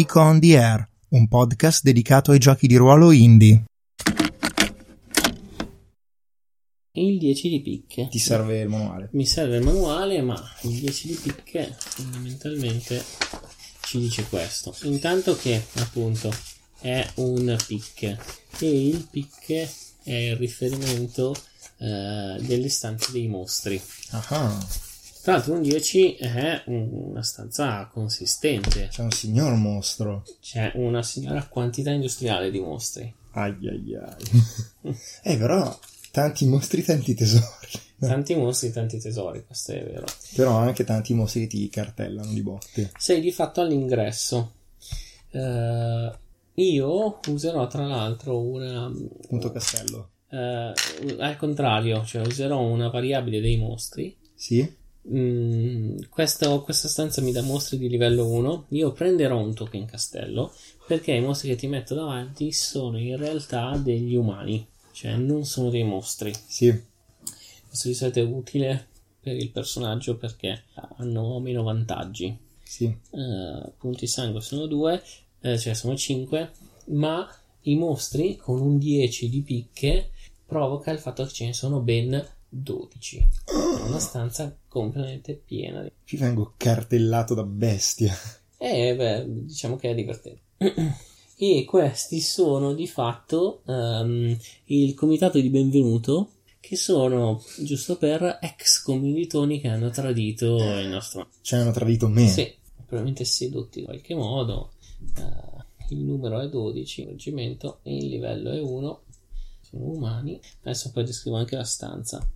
Geek on the Air, un podcast dedicato ai giochi di ruolo indie. Il 10 di picche. Ti serve il manuale? Mi serve il manuale, ma il 10 di picche fondamentalmente ci dice questo. Intanto che appunto è un picche e il picche è il riferimento delle stanze dei mostri. Ah. Tra l'altro un 10 è una stanza consistente. C'è un signor mostro. C'è una signora quantità industriale di mostri. Ai. Però tanti mostri, tanti tesori. Tanti mostri, tanti tesori, questo è vero. Però anche tanti mostri che ti cartellano di botte. Sei di fatto all'ingresso. Io userò tra l'altro una... Punto castello. Al contrario, cioè userò una variabile dei mostri. Sì? Questa stanza mi dà mostri di livello 1. Io prenderò un token castello perché i mostri che ti metto davanti sono in realtà degli umani, cioè non sono dei mostri. Sì. Questo di solito è utile per il personaggio perché hanno meno vantaggi. Sì. Punti sangue sono 2, cioè sono 5, ma i mostri con un 10 di picche provoca il fatto che ce ne sono ben 12. È una stanza completamente piena. Qui vengo cartellato da bestia. Diciamo che è divertente. E questi sono di fatto il comitato di benvenuto, che sono, giusto per, ex commilitoni che hanno tradito il nostro... Cioè hanno tradito me. Sì, probabilmente sedotti in qualche modo. Il numero è 12, il reggimento, e il livello è 1. Sono umani. Adesso poi descrivo anche la stanza.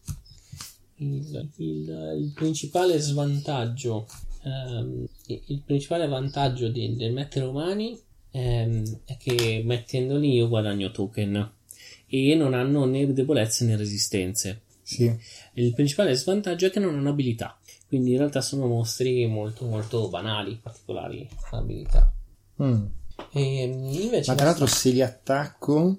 Il principale svantaggio, il principale vantaggio del mettere umani è che mettendoli io guadagno token e non hanno né debolezze né resistenze. Sì. Il principale svantaggio è che non hanno abilità, quindi in realtà sono mostri molto molto banali, particolari abilità. E invece ma tra l'altro se li attacco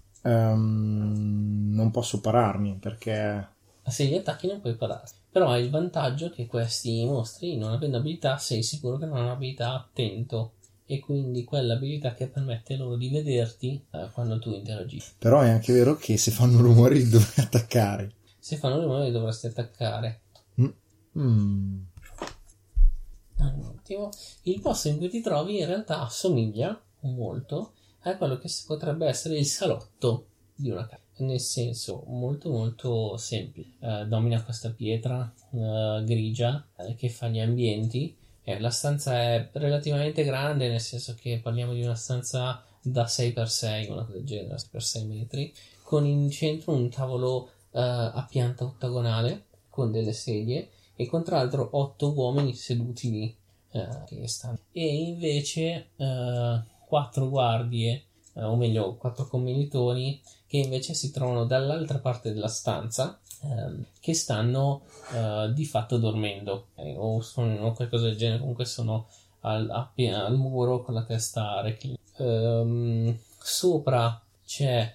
non posso pararmi perché... Se gli attacchi non puoi parare, però hai il vantaggio che questi mostri, non avendo abilità, sei sicuro che non hanno abilità attento, e quindi quell'abilità che permette loro di vederti quando tu interagisci. Però è anche vero che se fanno rumore li dovrei attaccare. Se fanno rumore li dovresti attaccare. Un attimo. Il posto in cui ti trovi in realtà assomiglia molto a quello che potrebbe essere il salotto di una casa. Nel senso molto molto semplice. Domina questa pietra grigia che fa gli ambienti. La stanza è relativamente grande, nel senso che parliamo di una stanza da 6x6, una cosa del genere, 6x6 metri, con in centro un tavolo a pianta ottagonale con delle sedie e con tra l'altro 8 uomini seduti lì che stanno. E invece 4 guardie, o meglio 4 commilitoni, che invece si trovano dall'altra parte della stanza, che stanno di fatto dormendo, o qualcosa del genere. Comunque sono al muro con la testa reclinata. Sopra c'è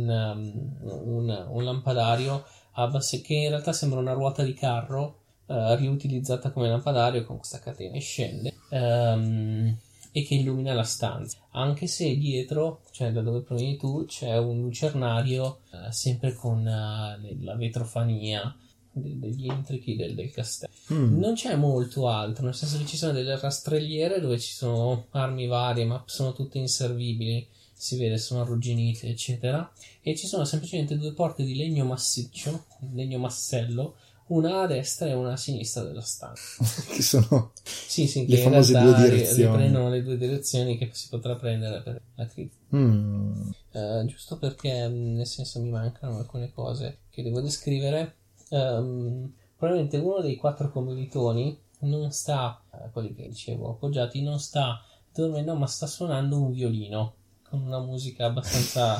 un lampadario che in realtà sembra una ruota di carro riutilizzata come lampadario con questa catena, e scende e che illumina la stanza, anche se dietro, cioè da dove provieni tu, c'è un lucernario sempre con la vetrofania degli intrichi del castello. Non c'è molto altro, nel senso che ci sono delle rastrelliere dove ci sono armi varie, ma sono tutte inservibili, si vede, sono arrugginite eccetera, e ci sono semplicemente 2 porte di legno massiccio, legno massello, una a destra e una a sinistra della stanza. Che sono sì, le che famose in realtà 2 direzioni. riprendono le 2 direzioni che si potrà prendere per la critica. Giusto perché nel senso mi mancano alcune cose che devo descrivere. Probabilmente uno dei 4 commilitoni non sta, quelli che dicevo appoggiati, non sta dormendo, ma sta suonando un violino con una musica abbastanza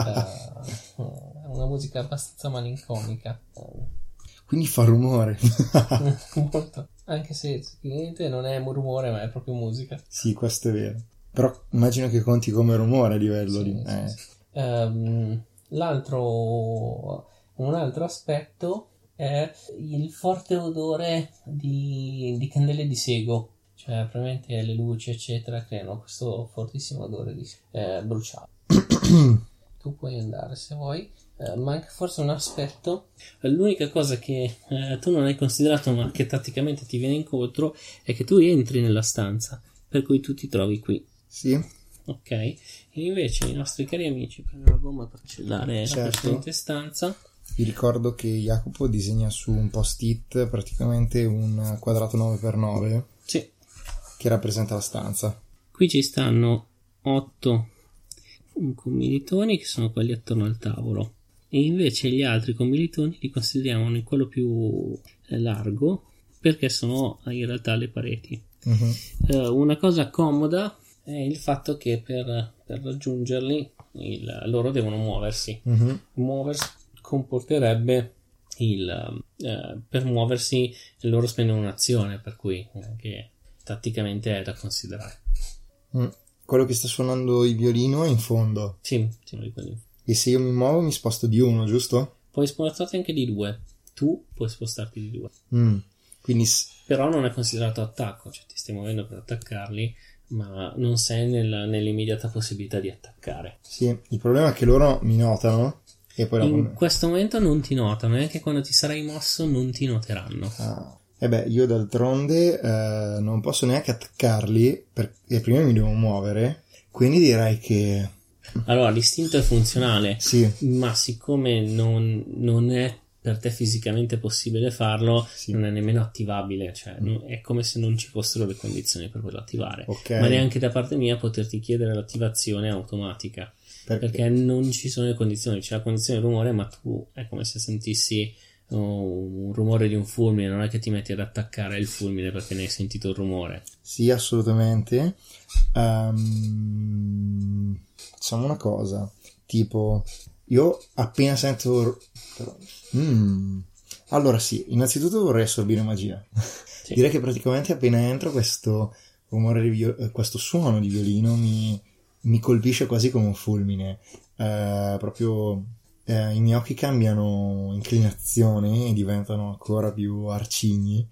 malinconica. Quindi fa rumore. Molto. Anche se tecnicamente non è rumore, ma è proprio musica. Sì, questo è vero. Però immagino che conti come rumore a livello di... Un altro aspetto è il forte odore di candele di sego. Cioè, probabilmente le luci, eccetera, creano questo fortissimo odore di bruciato. Tu puoi andare se vuoi. Manca forse un aspetto. L'unica cosa che tu non hai considerato, ma che tatticamente ti viene incontro, è che tu entri nella stanza, per cui tu ti trovi qui. Sì. Ok? E invece i nostri cari amici prendono la gomma per cancellare la precedente stanza. Vi ricordo che Jacopo disegna su un post-it praticamente un quadrato 9x9 Sì. che rappresenta la stanza. Qui ci stanno 8 commilitoni che sono quelli attorno al tavolo, e invece gli altri commilitoni li consideriamo in quello più largo, perché sono in realtà le pareti. Una cosa comoda è il fatto che per raggiungerli loro devono muoversi. Muoversi comporterebbe per muoversi loro spendono un'azione, per cui anche tatticamente è da considerare. Quello che sta suonando il violino è in fondo. Sì. E se io mi muovo mi sposto di 1, giusto? Puoi spostarti anche di 2. Tu puoi spostarti di 2. Quindi Però non è considerato attacco, cioè ti stai muovendo per attaccarli, ma non sei nell'immediata possibilità di attaccare. sì, il problema è che loro mi notano e poi In questo momento non ti notano, e anche quando ti sarai mosso non ti noteranno. E beh, io d'altronde non posso neanche attaccarli perché prima mi devo muovere, quindi direi che Allora, l'istinto è funzionale, sì, ma siccome non è per te fisicamente possibile farlo, sì. non è nemmeno attivabile, cioè è come se non ci fossero le condizioni per poterlo attivare. Okay. Ma neanche da parte mia poterti chiedere l'attivazione automatica, perché non ci sono le condizioni. C'è la condizione del rumore, ma tu è come se sentissi un rumore di un fulmine, non è che ti metti ad attaccare il fulmine perché ne hai sentito il rumore. Sì, assolutamente. Facciamo una cosa, tipo io appena sento allora sì, innanzitutto vorrei assorbire magia. Sì. Direi che praticamente appena entro questo rumore questo suono di violino mi colpisce quasi come un fulmine. Proprio i miei occhi cambiano inclinazione e diventano ancora più arcigni,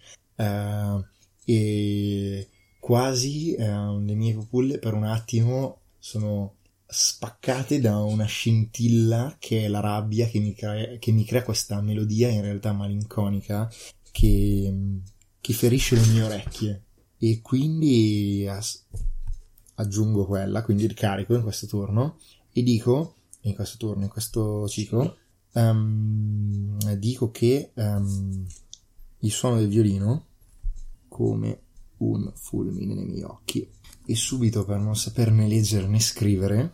e quasi le mie pupulle per un attimo sono spaccate da una scintilla che è la rabbia che mi crea questa melodia in realtà malinconica che ferisce le mie orecchie, e quindi aggiungo quella, quindi ricarico in questo turno e dico in questo ciclo dico che il suono del violino come un fulmine nei miei occhi, e subito, per non saperne leggere né scrivere,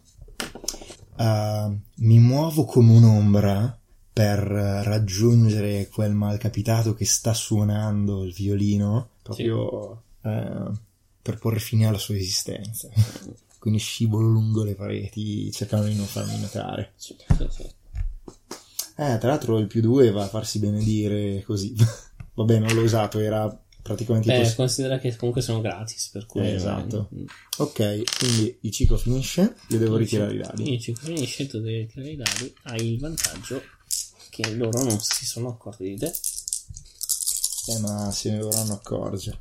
mi muovo come un'ombra per raggiungere quel malcapitato che sta suonando il violino, proprio per porre fine alla sua esistenza. Quindi scivolo lungo le pareti cercando di non farmi notare. Sì. Tra l'altro il +2 va a farsi benedire così. Vabbè, non l'ho usato, era praticamente Considera che comunque sono gratis, per cui esatto. Ok, quindi il ciclo finisce, io devo ritirare i dadi. Il ciclo finisce, tu devi ritirare i dadi, hai il vantaggio che loro non si sono accorti di te. Ma se ne dovranno accorgere.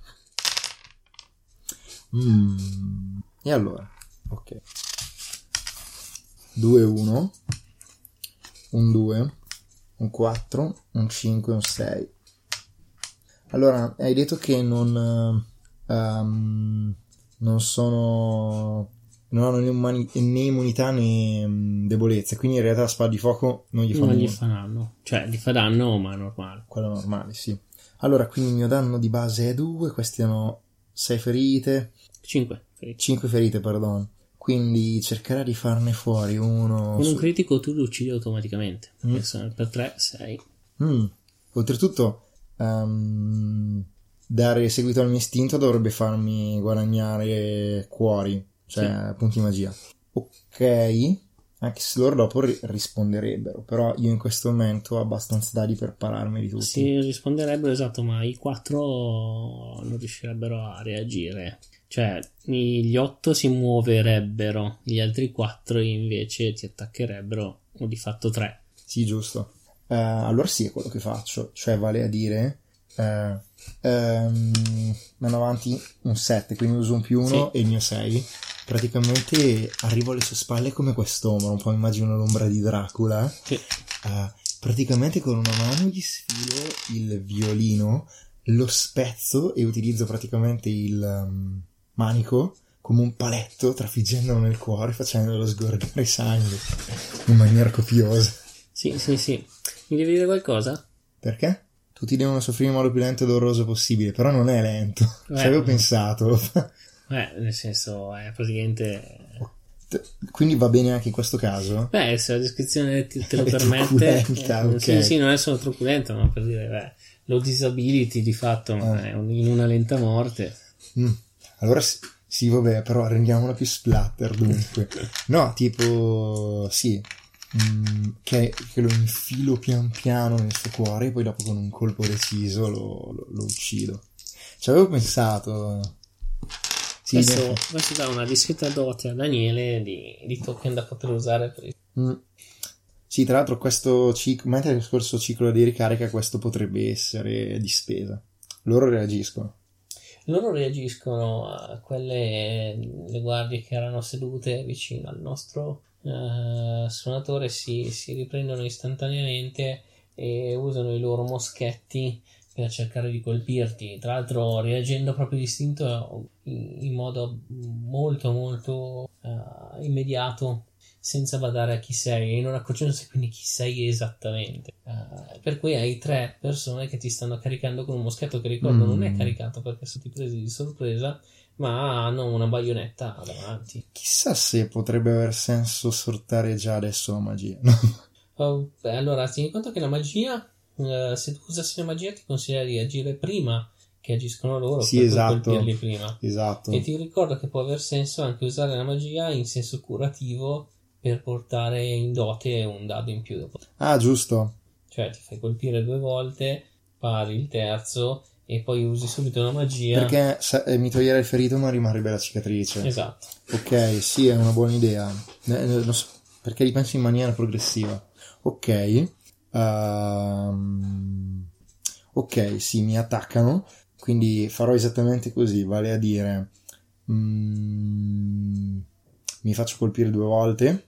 E allora, ok. 2, 1, un 2, un 4, un 5, un 6. Allora, hai detto che non hanno né immunità né debolezza, quindi in realtà la spada di fuoco non gli fa danno. Cioè, gli fa danno, ma normale. Quello normale, sì. Allora, quindi il mio danno di base è 2, questi hanno 6 ferite. 5 ferite. 5 ferite, perdono. Quindi cercherà di farne fuori uno. Con un critico tu lo uccidi automaticamente. Per 3, 6. Oltretutto, dare seguito al mio istinto dovrebbe farmi guadagnare cuori, cioè sì, punti magia. Ok, anche se loro dopo risponderebbero, però io in questo momento ho abbastanza dadi per pararmi di tutti. Sì, risponderebbero, esatto, ma i 4 non riuscirebbero a reagire. Cioè, gli 8 si muoverebbero, gli altri 4 invece ti attaccherebbero, o di fatto 3. Sì, giusto. Allora sì, è quello che faccio, cioè vale a dire Mando avanti un 7, quindi uso un +1 e il mio 6. Praticamente arrivo alle sue spalle come quest'ombra, un po' immagino l'ombra di Dracula. Sì. Praticamente con una mano gli sfilo il violino, lo spezzo e utilizzo praticamente il manico come un paletto, trafiggendolo nel cuore, facendolo sgorgare sangue in maniera copiosa. Sì. Mi devi dire qualcosa? Perché? Tutti devono soffrire in modo più lento e doloroso possibile, però non è lento. Ci avevo pensato. Nel senso, è praticamente... Quindi va bene anche in questo caso? Se la descrizione te lo È permette... truculenta, ok. Sì, non è solo truculento, ma per dire, lo disability di fatto è in una lenta morte. Allora sì, vabbè, però rendiamola più splatter, dunque. No, tipo, sì, che lo infilo pian piano nel suo cuore e poi dopo con un colpo deciso lo uccido. Ci avevo pensato... Sì, questo dà una discreta dote a Daniele di token da poter usare per Sì, tra l'altro questo ciclo, mentre nel scorso ciclo di ricarica, questo potrebbe essere di spesa. Loro reagiscono a quelle le guardie che erano sedute vicino al nostro suonatore, si riprendono istantaneamente e usano i loro moschetti per cercare di colpirti, tra l'altro reagendo proprio distinto in modo molto molto immediato, senza badare a chi sei e non accorgendosi quindi chi sei esattamente, per cui hai 3 persone che ti stanno caricando con un moschetto che, ricordo, non è caricato perché sono stati presi di sorpresa, ma hanno una baionetta davanti. Chissà se potrebbe aver senso sortare già adesso la magia. Allora tieni conto che la magia, se tu usassi la magia ti consiglio di agire prima che agiscono loro, sì, per esatto, colpirli prima. Esatto. E ti ricordo che può aver senso anche usare la magia in senso curativo per portare in dote un dado in più dopo. Giusto. Cioè ti fai colpire 2 volte, pari il terzo e poi usi subito una magia perché mi toglierà il ferito ma rimarrebbe la cicatrice. Esatto. Ok, sì, è una buona idea. Non so, perché li penso in maniera progressiva. Ok. Ok, sì, mi attaccano, quindi farò esattamente così, vale a dire mi faccio colpire 2 volte,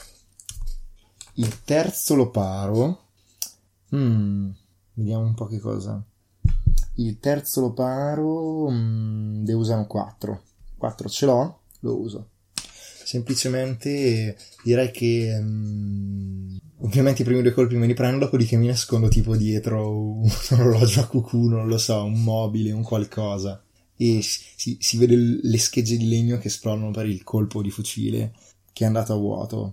il terzo lo paro, vediamo un po' che cosa. Il terzo lo paro, devo usare un 4 ce l'ho, lo uso. Semplicemente direi che ovviamente i primi 2 colpi me li prendo, dopodiché mi nascondo tipo dietro un orologio a cucù, non lo so, un mobile, un qualcosa, e si vede le schegge di legno che esplodono per il colpo di fucile che è andato a vuoto.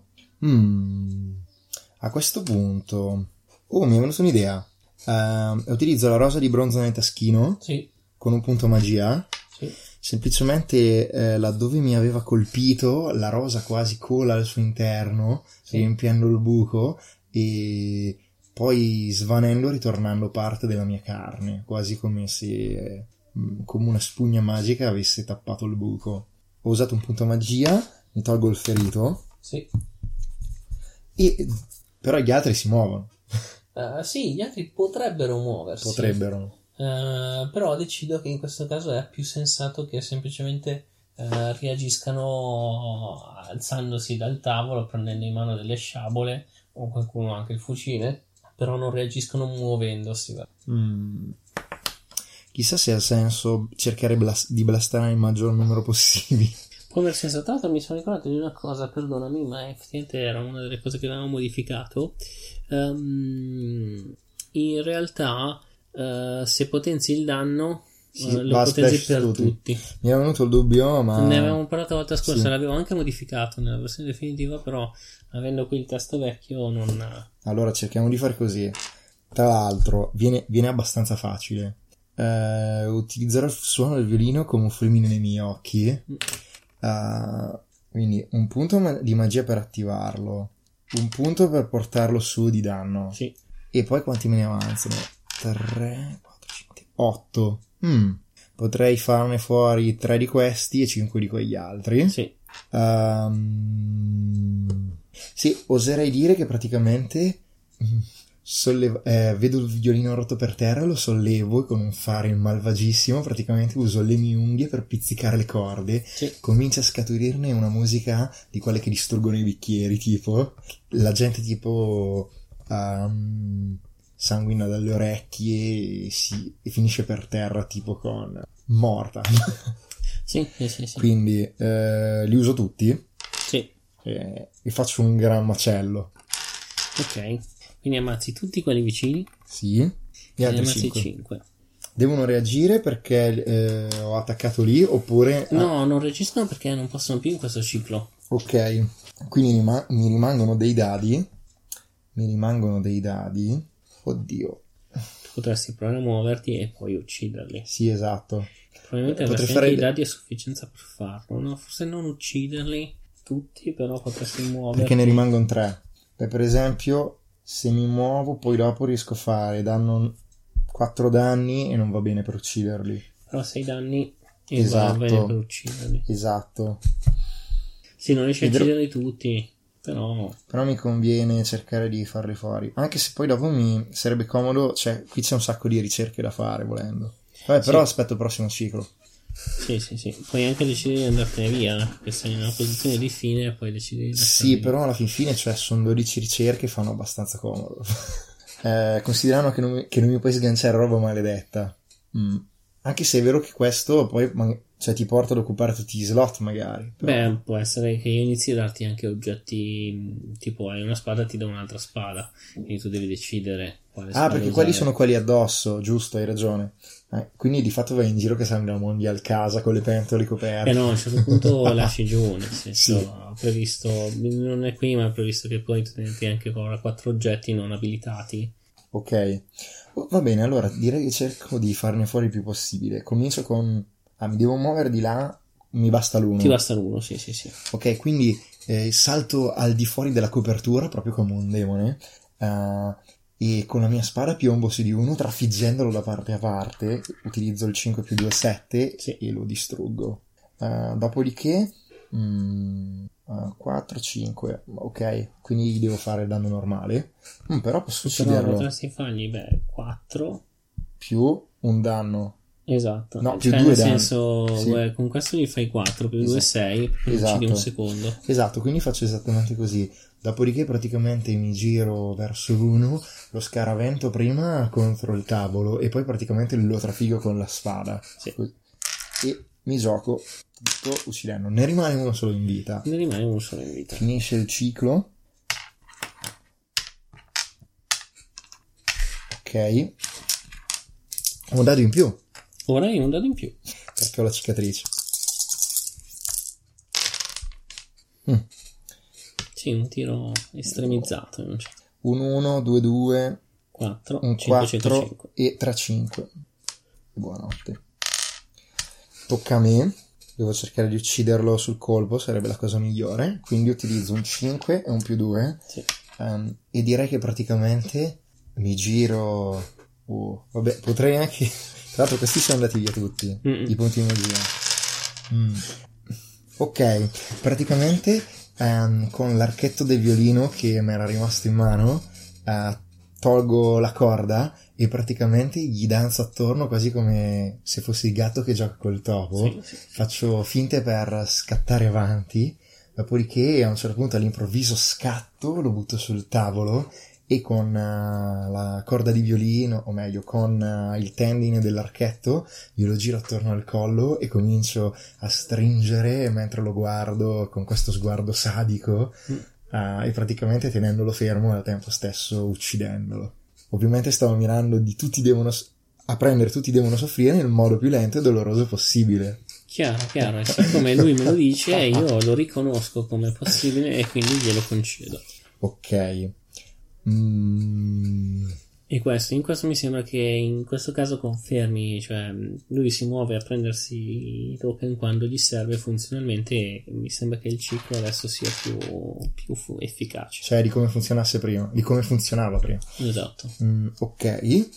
A questo punto mi è venuta un'idea. Utilizzo la rosa di bronzo nel taschino, sì, con un punto magia. sì. Semplicemente laddove mi aveva colpito la rosa quasi cola al suo interno, sì, riempiendo il buco e poi svanendo, ritornando parte della mia carne, quasi come se come una spugna magica avesse tappato il buco. Ho usato un punto magia, mi tolgo il ferito, sì. E però gli altri si muovono. Sì, gli altri potrebbero muoversi. Però decido che in questo caso è più sensato che semplicemente reagiscano alzandosi dal tavolo, prendendo in mano delle sciabole o qualcuno anche il fucile, però non reagiscono muovendosi. Chissà se ha senso cercare di blastare il maggior numero possibile. Può aver senso. Tra l'altro mi sono ricordato di una cosa, perdonami, ma effettivamente era una delle cose che avevamo modificato. In realtà se potenzi il danno, lo potenzi per tutti. Mi è venuto il dubbio, ma ne avevamo parlato la volta scorsa, sì. L'avevo anche modificato nella versione definitiva, però avendo qui il testo vecchio non... Allora cerchiamo di fare così. Tra l'altro viene abbastanza facile. Utilizzerò il suono del violino come un fulmine nei miei occhi. Quindi un punto di magia per attivarlo, un punto per portarlo su di danno. Sì. E poi quanti me ne avanzano? 3, 4, 5, 8. Potrei farne fuori 3 di questi e 5 di quegli altri. Sì. Sì, oserei dire che praticamente vedo il violino rotto per terra, lo sollevo e con un fare malvagissimo praticamente uso le mie unghie per pizzicare le corde. Sì. Comincia a scaturirne una musica di quelle che distruggono i bicchieri, tipo la gente tipo sanguina dalle orecchie e finisce per terra tipo con morta. Sì. Quindi li uso tutti Sì. e faccio un gran macello. Ok. Quindi ammazzi tutti quelli vicini. Sì. Gli E altri ammazzi 5 5. devono reagire perché ho attaccato lì oppure... No, non reagiscono perché non possono più in questo ciclo. Ok, quindi mi rimangono dei dadi. Oddio. Potresti provare a muoverti e poi ucciderli. Sì, esatto. Probabilmente avresti anche i dadi a sufficienza per farlo. No, forse non ucciderli tutti, però potresti muoverti. Perché ne rimangono 3. Per esempio, se mi muovo poi dopo riesco a fare 4 danni e non va bene per ucciderli. Però 6 danni e va bene per ucciderli. Esatto. Sì, non riesci a ucciderli tutti, però mi conviene cercare di farli fuori. Anche se poi dopo mi sarebbe comodo, cioè qui c'è un sacco di ricerche da fare volendo. Vabbè, però aspetto il prossimo ciclo. Sì. Puoi anche decidere di andartene via, perché sei in una posizione di fine e poi decidi di Sì, però alla fine, cioè, sono 12 ricerche, fanno abbastanza comodo. Considerando che non mi puoi sganciare roba maledetta. Anche se è vero che questo poi ti porta ad occupare tutti gli slot magari. Però... Beh, può essere che io inizi a darti anche oggetti, tipo hai una spada, ti do un'altra spada, quindi tu devi decidere quale spada perché usare. quelli sono quelli addosso, giusto, hai ragione. Quindi di fatto vai in giro che sembra una mondial casa con le pentole coperte. No, a un certo punto lasci giù, nel senso, Sì. previsto, non è qui, ma è previsto che puoi tenerti anche 4 oggetti non abilitati. Ok, va bene, allora direi che cerco di farne fuori il più possibile. Comincio con... mi devo muovere di là, mi basta l'uno. Ti basta l'uno, sì. Ok, quindi salto al di fuori della copertura, proprio come un demone, e con la mia spada piombo su di uno, trafiggendolo da parte a parte, utilizzo il 5 più 2, 7 Sì. e lo distruggo. Dopodiché... 4, 5, ok, quindi gli devo fare danno normale. Però posso ucciderlo. Però potresti fargli 4 più un danno. Esatto, No, più cioè 2 nel danni. senso, Sì. con questo gli fai 4 più 2 6 perché Esatto. uccidi un secondo. Esatto, quindi faccio esattamente così. Dopodiché praticamente mi giro verso l'uno, lo scaravento prima contro il tavolo e poi praticamente lo trafigo con la spada. Sì. E mi gioco tutto uccidendo. Ne rimane uno solo in vita. Ne rimane uno solo in vita. Finisce il ciclo. Ok. Ho un dado in più. Ora hai un dado in più. Perché ho la cicatrice. Sì, un tiro estremizzato. Non c'è. Un 1, 2, 2, 4, un 5, 4 5. e 3, 5. Buonanotte. Tocca a me. Devo cercare di ucciderlo sul colpo, sarebbe la cosa migliore. Quindi utilizzo un 5 e un più 2. Sì. E direi che praticamente mi giro... vabbè, potrei anche... Tra l'altro questi sono andati via tutti. I punti di magia. Ok, praticamente con l'archetto del violino che mi era rimasto in mano tolgo la corda e praticamente gli danzo attorno quasi come se fossi il gatto che gioca col topo. Sì. Faccio finte per scattare avanti, dopodiché a un certo punto all'improvviso scatto, lo butto sul tavolo e con la corda di violino, o meglio con il tendine dell'archetto, glielo giro attorno al collo e comincio a stringere mentre lo guardo con questo sguardo sadico e praticamente tenendolo fermo e al tempo stesso uccidendolo. Ovviamente stavo mirando di tutti devono soffrire nel modo più lento e doloroso possibile. Chiaro, e siccome lui me lo dice io lo riconosco come possibile e quindi glielo concedo. Ok. E in questo mi sembra che in questo caso confermi, cioè lui si muove a prendersi i token quando gli serve funzionalmente e mi sembra che il ciclo adesso sia più efficace. Cioè di come funzionasse prima, di come funzionava prima. Esatto. Ok.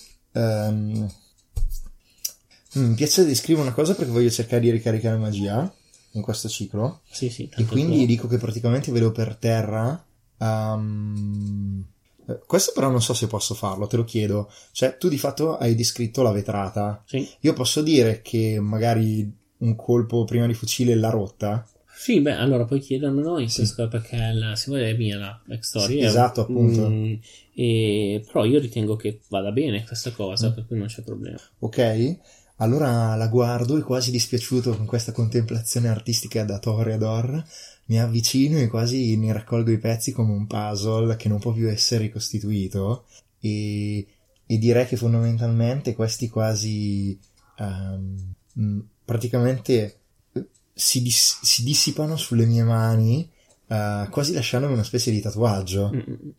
Mi piace descrivere una cosa perché voglio cercare di ricaricare magia in questo ciclo. Sì, E quindi dico che praticamente vedo per terra Questo però non so se posso farlo, te lo chiedo. Cioè, tu di fatto hai descritto la vetrata. Sì. Io posso dire che magari un colpo prima di fucile l'ha rotta? Sì, beh, allora puoi chiedermelo in questo perché se vuoi è mia la backstory. Sì, esatto, appunto. Però io ritengo che vada bene questa cosa, per cui non c'è problema. Ok, allora la guardo e quasi dispiaciuto con questa contemplazione artistica da Toreador, mi avvicino e quasi ne raccolgo i pezzi come un puzzle che non può più essere ricostituito e direi che fondamentalmente questi quasi praticamente si dissipano sulle mie mani, quasi lasciandomi una specie di tatuaggio.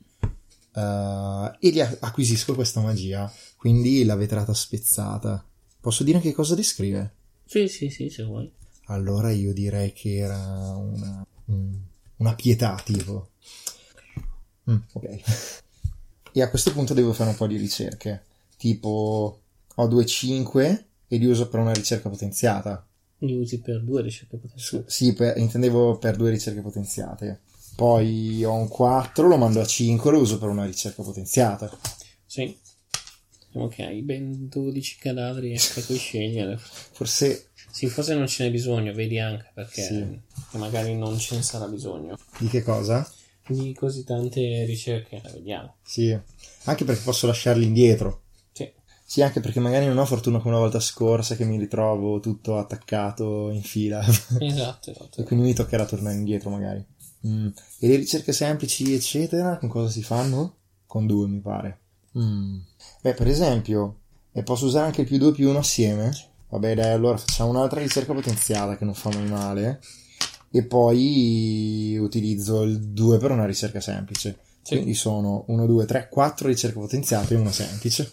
E li acquisisco questa magia, quindi la vetrata spezzata. Posso dire che cosa descrive? Sì, se vuoi. Allora io direi che era una pietà, tipo. Ok. E a questo punto devo fare un po' di ricerche. Tipo, ho 2,5 e li uso per una ricerca potenziata. Li usi per 2 ricerche potenziate? Sì, intendevo per 2 ricerche potenziate. Poi ho un 4, lo mando a 5, lo uso per una ricerca potenziata. Sì. Ok, ben 12 cadaveri che puoi scegliere. Forse... Sì, forse non ce n'è bisogno, vedi anche perché magari non ce ne sarà bisogno. Di che cosa? Di così tante ricerche, vediamo. Sì, anche perché posso lasciarli indietro. Sì, anche perché magari non ho fortuna come la volta scorsa che mi ritrovo tutto attaccato in fila. Esatto. E quindi mi toccherà tornare indietro magari. E le ricerche semplici, eccetera, con cosa si fanno? Con 2, mi pare. Beh, per esempio, posso usare anche il +2 +1 assieme? Vabbè, dai, allora facciamo un'altra ricerca potenziata che non fa mai male. E poi utilizzo il 2 per una ricerca semplice. Sì. Quindi sono 1, 2, 3, 4 ricerche potenziate e una semplice.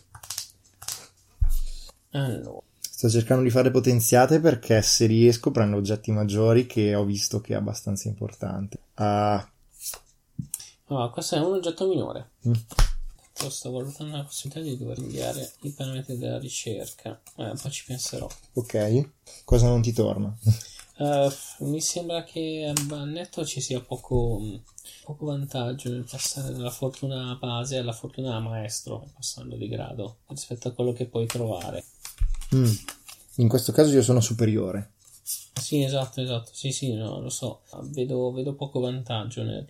Allora. Sto cercando di fare potenziate perché se riesco prendo oggetti maggiori, che ho visto che è abbastanza importante. Questo è un oggetto minore. Sto valutando la possibilità di dover inviare i parametri della ricerca. Poi ci penserò. Ok. Cosa non ti torna? Mi sembra che a netto ci sia poco vantaggio nel passare dalla fortuna base alla fortuna maestro, passando di grado rispetto a quello che puoi trovare. In questo caso io sono superiore. Sì, esatto. Sì, no, lo so. Vedo poco vantaggio nel...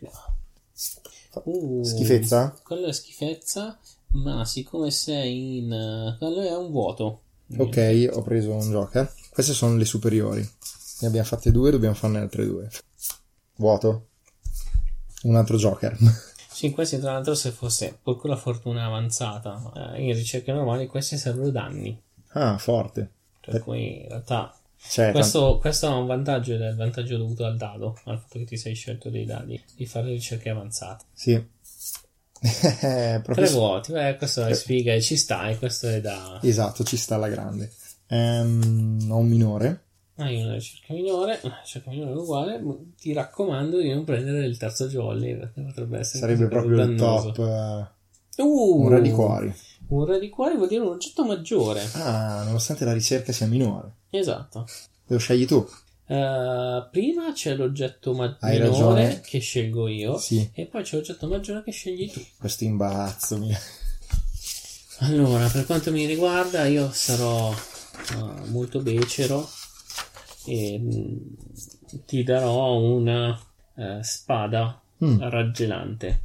Schifezza? Quello è schifezza, ma siccome sei in... quello è un vuoto. Ok, ho preso un joker. Queste sono le superiori. Ne abbiamo fatte 2, dobbiamo farne altre 2. Vuoto. Un altro joker. Sì, questi tra l'altro se fosse pur con la fortuna avanzata in ricerche normali questi sarebbero danni. Ah, forte. Per cui in realtà questo ha un vantaggio ed è il vantaggio dovuto al dado, al fatto che ti sei scelto dei dadi di fare ricerche avanzate. Sì. 3 vuoti, questo è sfiga e ci sta, e questo è da... Esatto, ci sta alla grande. Ho un minore. Hai una ricerca minore uguale. Ti raccomando di non prendere il terzo jolly perché potrebbe essere... Sarebbe proprio dannoso. Il top. Un re di cuori. Un re di cuori vuol dire un oggetto maggiore. Nonostante la ricerca sia minore. Esatto. Lo scegli tu. Prima c'è l'oggetto Hai minore ragione. che scelgo io, sì. E poi c'è l'oggetto maggiore che scegli tu. Questo imbarazzo mio. Allora, per quanto mi riguarda, io sarò molto becero e ti darò una spada raggelante.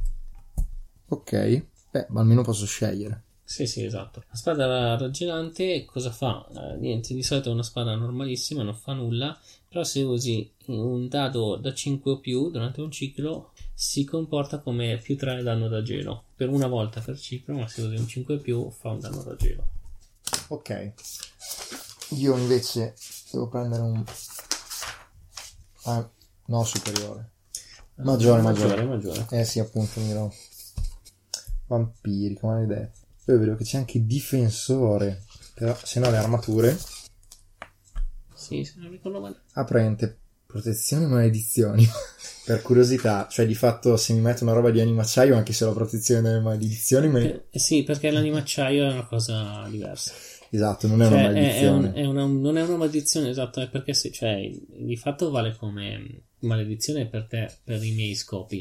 Ok, ma almeno posso scegliere. Sì, esatto. La spada raggelante cosa fa? Niente, di solito è una spada normalissima, non fa nulla, però se usi un dado da 5 o più durante un ciclo si comporta come +3 danno da gelo. Per una volta per ciclo, ma se usi un 5 o più fa un danno da gelo. Ok. Io invece devo prendere un... no, superiore. Maggiore. Sì, appunto, miro. Vampiri, come maledetto. Poi vedo che c'è anche difensore, però se no le armature. Sì, se non ricordo male. Prende protezione e maledizioni. Per curiosità, cioè di fatto se mi metto una roba di animacciaio, anche se ho la protezione delle maledizioni sì, perché l'animacciaio è una cosa diversa. Esatto, non è una maledizione. Non è una maledizione, esatto, è perché di fatto vale come maledizione per te, per i miei scopi.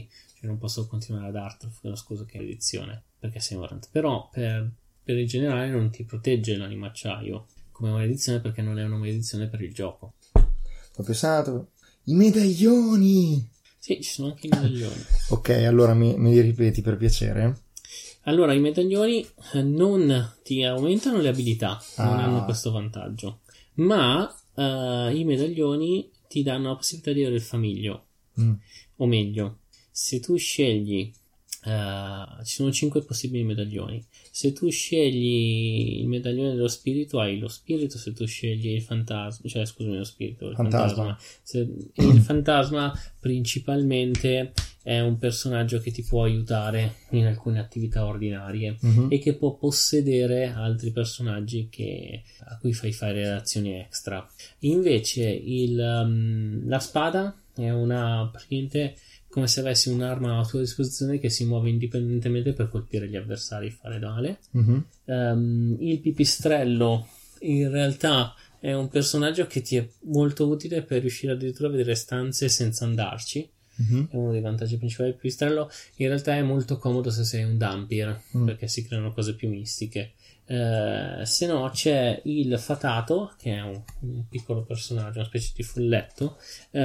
Io non posso continuare a dartelo, la scusa che è edizione, perché sei ignorante. Però per il generale non ti protegge l'animacciaio come maledizione, perché non è una maledizione per il gioco. Ho pensato... I medaglioni! Sì, ci sono anche i medaglioni. Ok, allora me li ripeti per piacere? Allora, i medaglioni non ti aumentano le abilità, non hanno questo vantaggio, ma i medaglioni ti danno la possibilità di avere il famiglio. O meglio, se tu scegli, ci sono 5 possibili medaglioni. Se tu scegli il medaglione dello spirito, hai lo spirito. Se tu scegli il fantasma, cioè scusami, lo spirito, il fantasma. Il fantasma principalmente è un personaggio che ti può aiutare in alcune attività ordinarie e che può possedere altri personaggi a cui fai fare azioni extra. Invece la spada è praticamente come se avessi un'arma a tua disposizione che si muove indipendentemente per colpire gli avversari e fare male. Il pipistrello in realtà è un personaggio che ti è molto utile per riuscire addirittura a vedere stanze senza andarci. È uno dei vantaggi principali del pipistrello. In realtà è molto comodo se sei un Dhampir, perché si creano cose più mistiche. Se no c'è il fatato, che è un piccolo personaggio, una specie di folletto,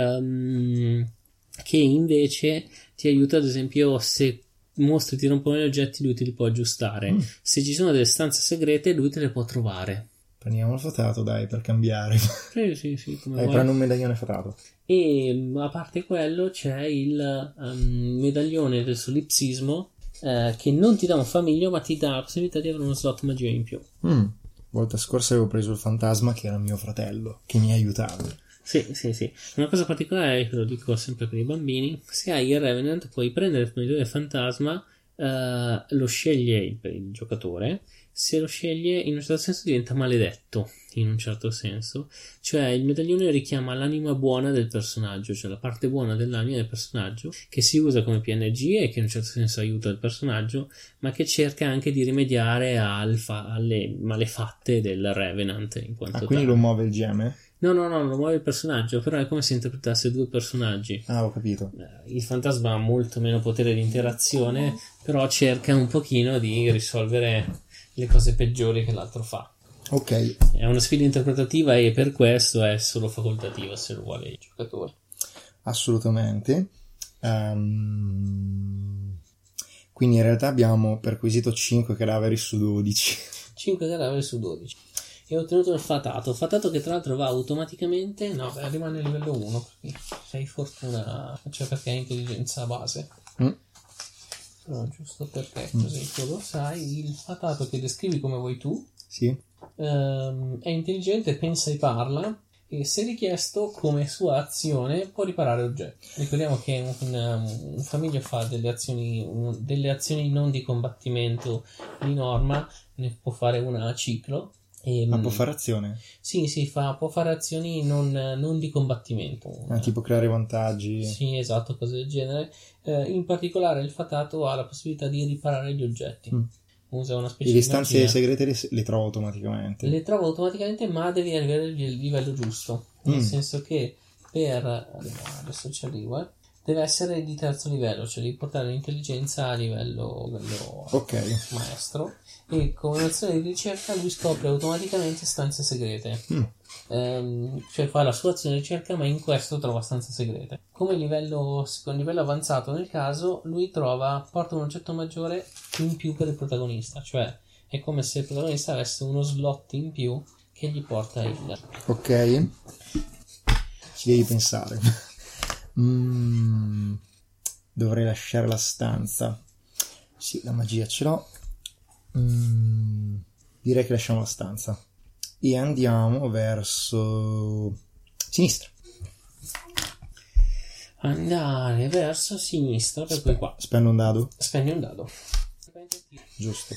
che invece ti aiuta, ad esempio, se mostri ti rompono gli oggetti, lui te li può aggiustare. Se ci sono delle stanze segrete, lui te le può trovare. Prendiamo il fatato, dai, per cambiare. Sì, come vuoi. Prendo un medaglione fatato. E a parte quello c'è il medaglione del solipsismo, che non ti dà un famiglio, ma ti dà la possibilità di avere uno slot magia in più. Volta scorsa avevo preso il fantasma, che era mio fratello, che mi aiutava. Sì. Una cosa particolare, che lo dico sempre per i bambini: se hai il Revenant puoi prendere il medaglione del fantasma, lo sceglie il giocatore. Se lo sceglie, in un certo senso diventa maledetto, in un certo senso, cioè il medaglione richiama l'anima buona del personaggio, cioè la parte buona dell'anima del personaggio, che si usa come PNG e che in un certo senso aiuta il personaggio, ma che cerca anche di rimediare alle malefatte del Revenant in quanto quindi tale. lo muove il GM? No, lo muove il personaggio, però è come se interpretasse due personaggi. Ho capito. Il fantasma ha molto meno potere di interazione, però cerca un pochino di risolvere le cose peggiori che l'altro fa. Ok. È una sfida interpretativa e per questo è solo facoltativa se lo vuole il giocatore. Assolutamente. Quindi in realtà abbiamo perquisito 5 cadaveri su 12. 5 cadaveri su 12. E ho ottenuto il fatato che tra l'altro va automaticamente, rimane a livello 1 perché sei fortuna, cioè perché hai intelligenza base. Però giusto perché così tu lo sai, il fatato che descrivi come vuoi tu, sì, è intelligente, pensa e parla, e se richiesto come sua azione può riparare oggetti. Ricordiamo che un famiglio fa delle azioni non di combattimento di norma, ne può fare una a ciclo. Ma può fare azione? Sì, può fare azioni non di combattimento. Tipo creare vantaggi. Sì, esatto, cose del genere. In particolare il fatato ha la possibilità di riparare gli oggetti. Usa una specie e di le stanze magia. segrete le trovo automaticamente? Le trovo automaticamente, ma devi arrivare al livello giusto. Nel senso che adesso ci arrivo, deve essere di terzo livello, cioè devi portare l'intelligenza a livello maestro. E come azione di ricerca lui scopre automaticamente stanze segrete. Cioè fa la sua azione di ricerca, ma in questo trova stanze segrete. Come secondo livello avanzato nel caso, lui porta un oggetto maggiore in più per il protagonista, cioè è come se il protagonista avesse uno slot in più che gli porta il... Ok, ci devi pensare. Dovrei lasciare la stanza. Sì, la magia ce l'ho. Direi che lasciamo la stanza e andiamo verso sinistra. Andare verso sinistra, per cui qua spendo un dado. Spendi un dado. Giusto.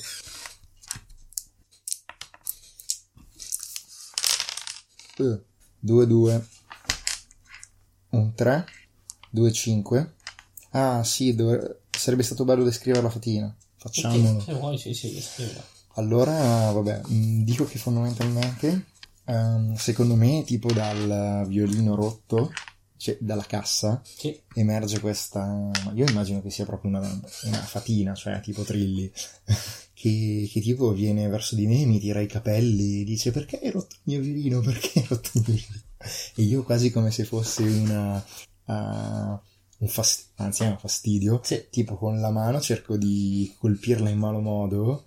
Due 2 un 3 2 5. Sì, sarebbe stato bello descrivere la fatina. Facciamolo. Se vuoi, sì, descriverla. Allora, vabbè, dico che fondamentalmente, secondo me, tipo dal violino rotto, cioè, dalla cassa Sì. emerge questa, io immagino che sia proprio una fatina, cioè tipo Trilli, che tipo viene verso di me, mi tira i capelli e dice: perché hai rotto il mio violino, perché hai rotto il mio violino? E io quasi come se fosse anzi è un fastidio, Sì. tipo con la mano cerco di colpirla in malo modo,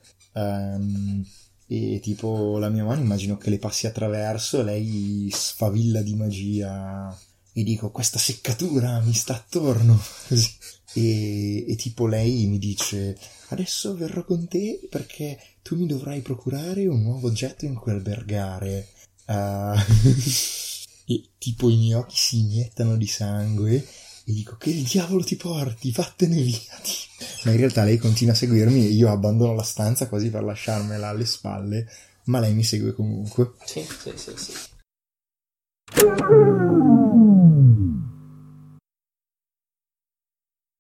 e tipo la mia mano immagino che le passi attraverso, lei sfavilla di magia e dico: questa seccatura mi sta attorno. Così. E tipo lei mi dice: adesso verrò con te perché tu mi dovrai procurare un nuovo oggetto in cui albergare. E tipo i miei occhi si iniettano di sangue e dico: che il diavolo ti porti, vattene via. Ma in realtà lei continua a seguirmi e io abbandono la stanza quasi per lasciarmela alle spalle, ma lei mi segue comunque. Sì.